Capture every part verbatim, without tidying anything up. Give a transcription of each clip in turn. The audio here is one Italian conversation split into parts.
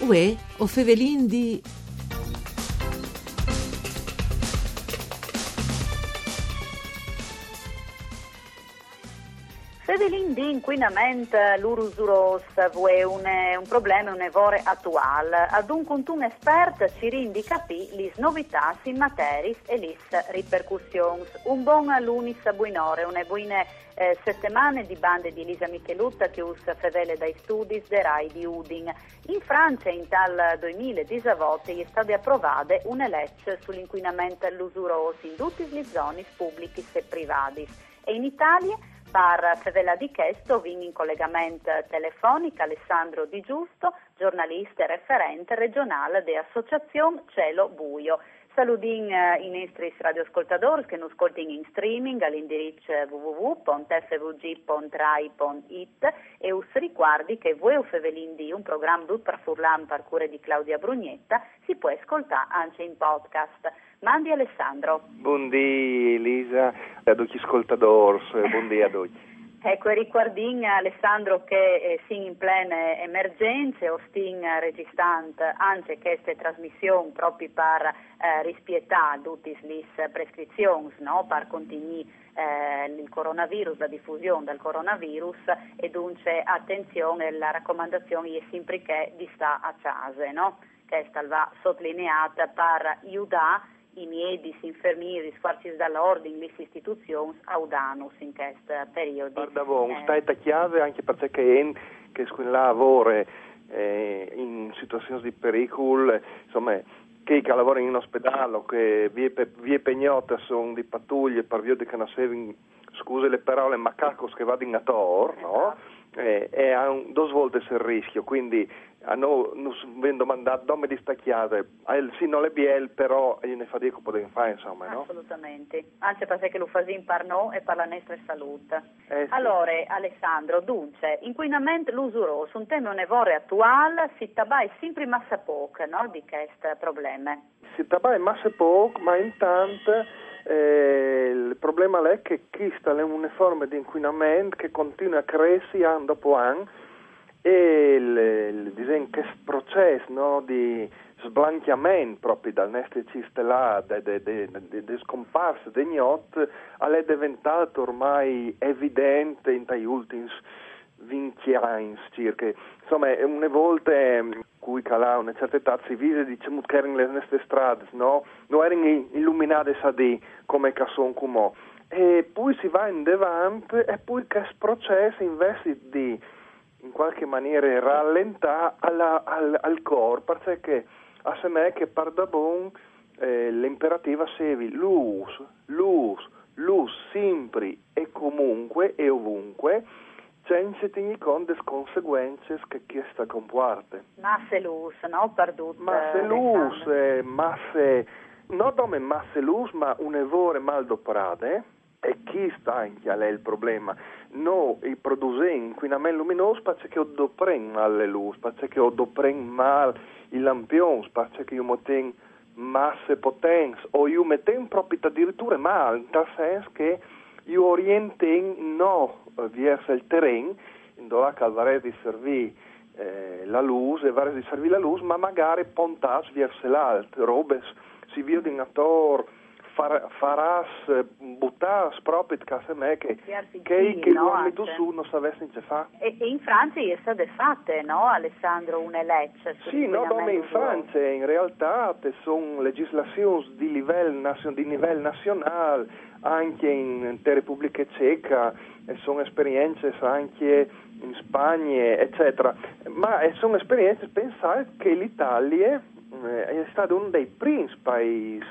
Uè, o fevelin di... Fevelin di inquinamento l'urusuros è un, un problema, un evore attuale. Ad un un esperto ci indica qui le novità in materie e le ripercussioni. Un buon lunis buonore, una buone eh, settimane di bande di Elisa Michelutta che us fevele dai studi de Rai di Udin. In Francia in tal duemiladiciotto è stata approvata una legge sull'inquinamento l'usuros in tutte le zone pubbliche e private. E in Italia per fevela di Chesto vin in collegamento telefonico Alessandro Di Giusto, giornalista e referente regionale dell'Associazione Cielo Buio. Saludin eh, i nostri radioascoltatori che nos ascoltano in streaming all'indirizzo w w w punto f v g punto rai punto i t e us ricordi che voi o Fevelin di un programma tutto per Furlan per cura di Claudia Brugnetta si può ascoltare anche in podcast. Mandi Alessandro. Buondì Elisa, ad ogni ascoltatori, buondì ad oggi. Ecco, ricordin Alessandro che eh, sin in plene emergenze o stin registrando anche queste trasmissioni proprio per eh, rispiettare tutte le prescrizioni, no? Per continuare eh, il coronavirus, la diffusione del coronavirus e dunque attenzione, la raccomandazione è sempre che di sta a casa, no? Questa va sottolineata per aiutare i miei infermieri, sforzi dall'ordine, le istituzioni, audanus in questo periodo. Guarda, un eh. stai chiave anche perché che, che lavora eh, in situazioni di pericolo, insomma, che lavorano in ospedale, che vie, vie pegnote sono di pattuglie per via di che non servono, scuse le parole, ma cacos che vado in ator, no? E, e ha un, due volte il rischio, quindi a noi non vengono mandati dome di stacchiate, sì non le biel, però ne fa dire che potete fare, insomma, no? Assolutamente, anche perché lo facciamo per noi e per la nostra salute. Eh, sì. Allora, Alessandro, dunque, inquinamento l'usuroso, un tema nevore attuale, si tabai sempre massa poco, no, di questo problema? Si tabai massa poco, ma intanto Eh, il problema è che questa è una forma di inquinamento che continua a crescere anno dopo anno e il, il, il, questo processo, no, di sblanchiamento proprio dal nostro sistema di scomparsa di gnot è diventato ormai evidente in questi ultimi venti anni circa. Insomma, una volta cui calà una certa età si vede, diciamo, che erano le nostre strade, no? Non erano illuminate sadì come casson comò. E poi si va in avanti e poi questo processo invece di in qualche maniera rallentare alla, al, al corpo, perché a se me che per da buon eh, l'imperativa sevi l'us, l'us, l'us sempre e comunque e ovunque, senza tenere conto delle conseguenze che questa comporta. Masse l'us, no? Perdute. Masse l'us, eh, masse, non come masse l'us, ma un evore mal doprate, e chi sta anche a lei il problema? No, i produce inquinamento luminoso perché ho dopren mal le luci, perché ho dopren mal i lampioni, perché io metto masse potenze, o io metto proprio addirittura mal, in tal senso che io oriento no verso il terreno, in dove varrà di servire eh, la luce, varrà di servire la luce, ma magari pontas verso l'alto, robe si vede in attor, far, faras, buttas proprio di casa me che che, che no, l'uomo tu su non sapesse che fa. E, e in Francia è state fatte, no, Alessandro, una legge? Sì, no, come in Francia, in realtà sono legislazioni di livello, di livello nazionale, anche in Repubblica Ceca, e sono esperienze anche in Spagna, eccetera. Ma sono esperienze, pensate che l'Italia eh, è stato uno dei primi paesi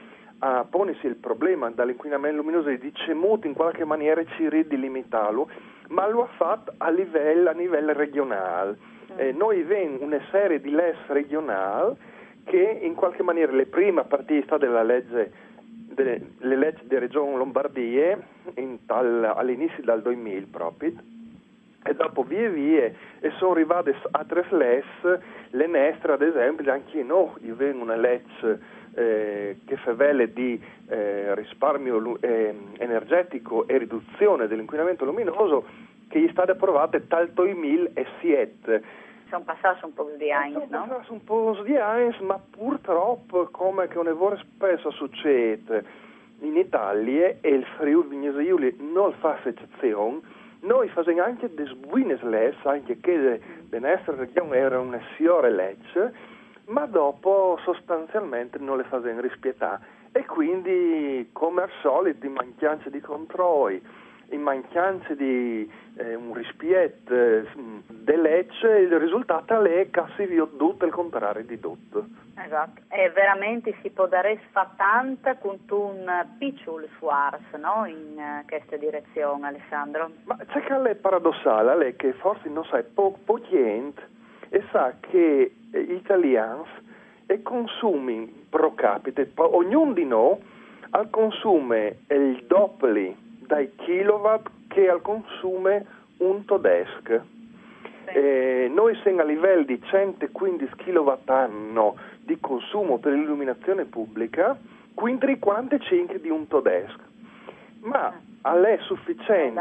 a ponersi il problema dall'inquinamento luminoso e di cemuto in qualche maniera ci ridilimitarlo, ma lo ha fatto a livello, a livello regionale. Mm. Eh, noi abbiamo una serie di leggi regionali che in qualche maniera le prime a partire dalla legge delle, le leggi di Regione Lombardia in tal, all'inizio del duemila proprio, e dopo via via e sono arrivate altre leggi, le nostre ad esempio, anche noi abbiamo una legge Eh, che favele di eh, risparmio eh, energetico e riduzione dell'inquinamento luminoso che è stata approvata dal duemilasette. sono passati un po' di anni, no? Sono passati un po' di anni, ma purtroppo, come che un spesso succede in Italia, e il Friuli Venezia Giulia non fa eccezione, noi facciamo anche delle buone leggi, anche che la nostra regione era una signora legge, ma dopo sostanzialmente non le facciamo rispettare. E quindi, come al solito, in mancanza di controlli, in mancanza di eh, un rispetto eh, delle leggi, il risultato è che si vede tutto il contrario di tutto. Esatto, e veramente si può dare fa tanta con un piccolo sforzo, no? In uh, questa direzione, Alessandro. Ma c'è che è paradossale, lei che forse non sa po- po' niente e sa che eh, gli italiani e consumi pro capite, ognuno di noi al consume il doppio dai kilowatt che al consume un tedesco. Sì. Eh, noi siamo a livello di centoquindici kilowatt anno di consumo per l'illuminazione pubblica, quindi quarantacinque di un tedesco. Ma a lei è sufficiente.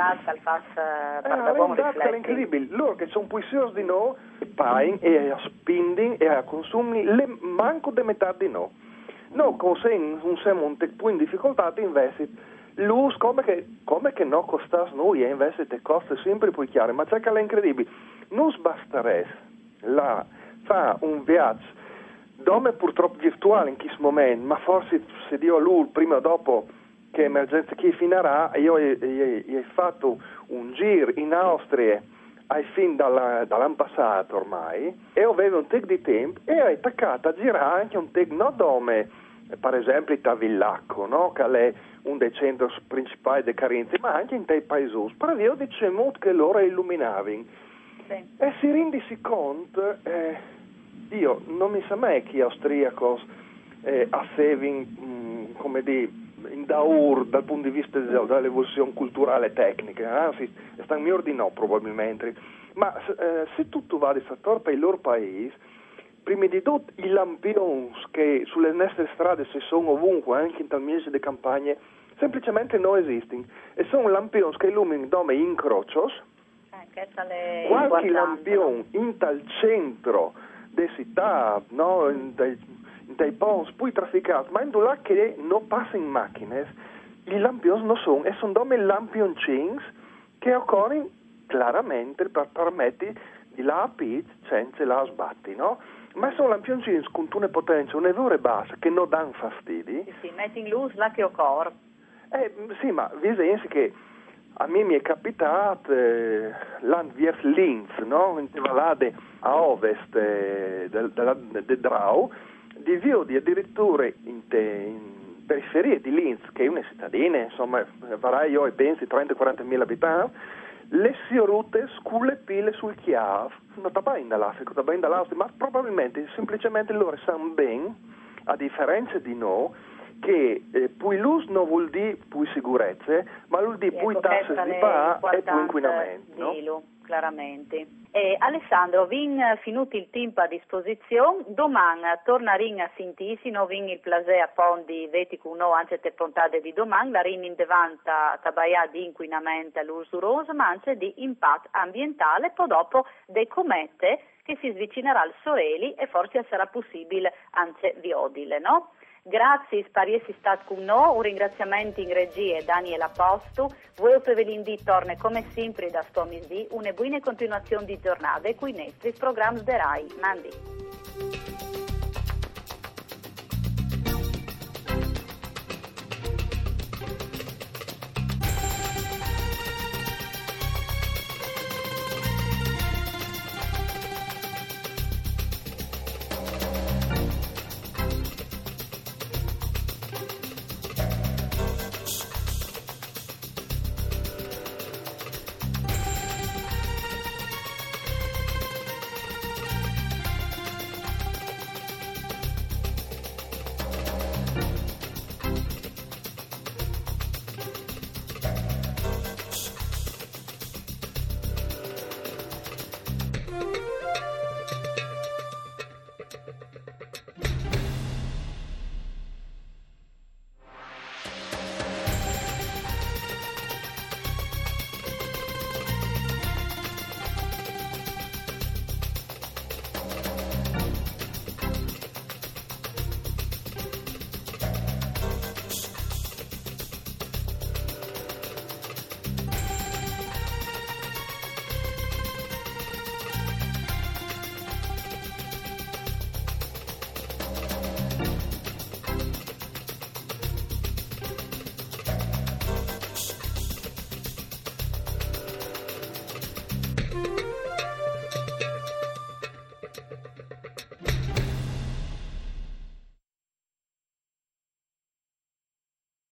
È incredibile. Loro che sono più seriosi di noi, pagano e spingono e consumano le manco di metà di noi. Noi, con se un siamo un po' in difficoltà, investi l'uso come che, come che non costa noi, e invece te costa sempre più chiaro. Ma c'è che è incredibile. Non basterebbe la fa un viaggio dove purtroppo virtuale in questo momento, ma forse se Dio a lui prima o dopo che emergenza chi finirà, io ho fatto un giro in Austria ai fin dalla, dall'anno passato ormai, e avevo un tec di tempo e ho attaccato a girare anche un tec non dove, per esempio a Villacco, no? Che è un dei centri principali di Carinzi, ma anche in dei paesi, però io dicevo che loro illuminavano. Sì. E si rendisi conto, eh, io non mi sa mai che austriacos eh, a Sevin, mh, come dire, in daur dal punto di vista dell'evoluzione culturale e tecnica, anzi, stanno miglior di no probabilmente, ma eh, se tutto va di fattor per il loro paese, prima di tutto i lampioni che sulle nostre strade si sono ovunque, anche in tal mese di campagne, semplicemente non esistono, e sono lampioni che illuminano dove incrocios, eh, qualche lampione in tal centro di città, no, in dei, dei ponti poi trafficati, ma in là che non passano in macchine, i lampioni non sono, e sono dome lampioncini che occorrono chiaramente per permettere di la apit senza la sbatti, no? Ma sono lampioncini con una potenza, una vore bassa, che non danno fastidi. Sì, sì, metti in luce là che occorre. Eh, sì, ma vi pensi che a me mi è capitato eh, land verso Linz, no? In vallate a ovest eh, del, del, del Drau, di vedi addirittura in, te, in periferie di Linz, che è una cittadina, insomma, varrà io e pensi trenta quaranta mila abitanti, le siorute scuole pile sul Chiav, non sta bene dall'Africa, sta bene dall'Austria, ma probabilmente semplicemente loro sanno bene, a differenza di noi, che eh, poi l'us non vuol dire più sicurezza, ma vuol dire più tasse di pa e più inquinamento, no? Dilo, chiaramente. Eh, Alessandro, vin finito il tempo a disposizione, domani torneremo a sentirsi, no vin il piacere di veti con noi anche te puntate di domani, la rin in davanti a tabaia di inquinamento all'usuroso, ma anche di impatto ambientale, poi dopo dei comete che si svicinerà al Soreli e forse sarà possibile anche viodile, no? Grazie per essere stato con noi, un ringraziamento in regia a Daniela Postu, voi per Velindì torna come sempre da sto misdì, una buona continuazione di giornata e con i nostri programmi de Rai. Mandi.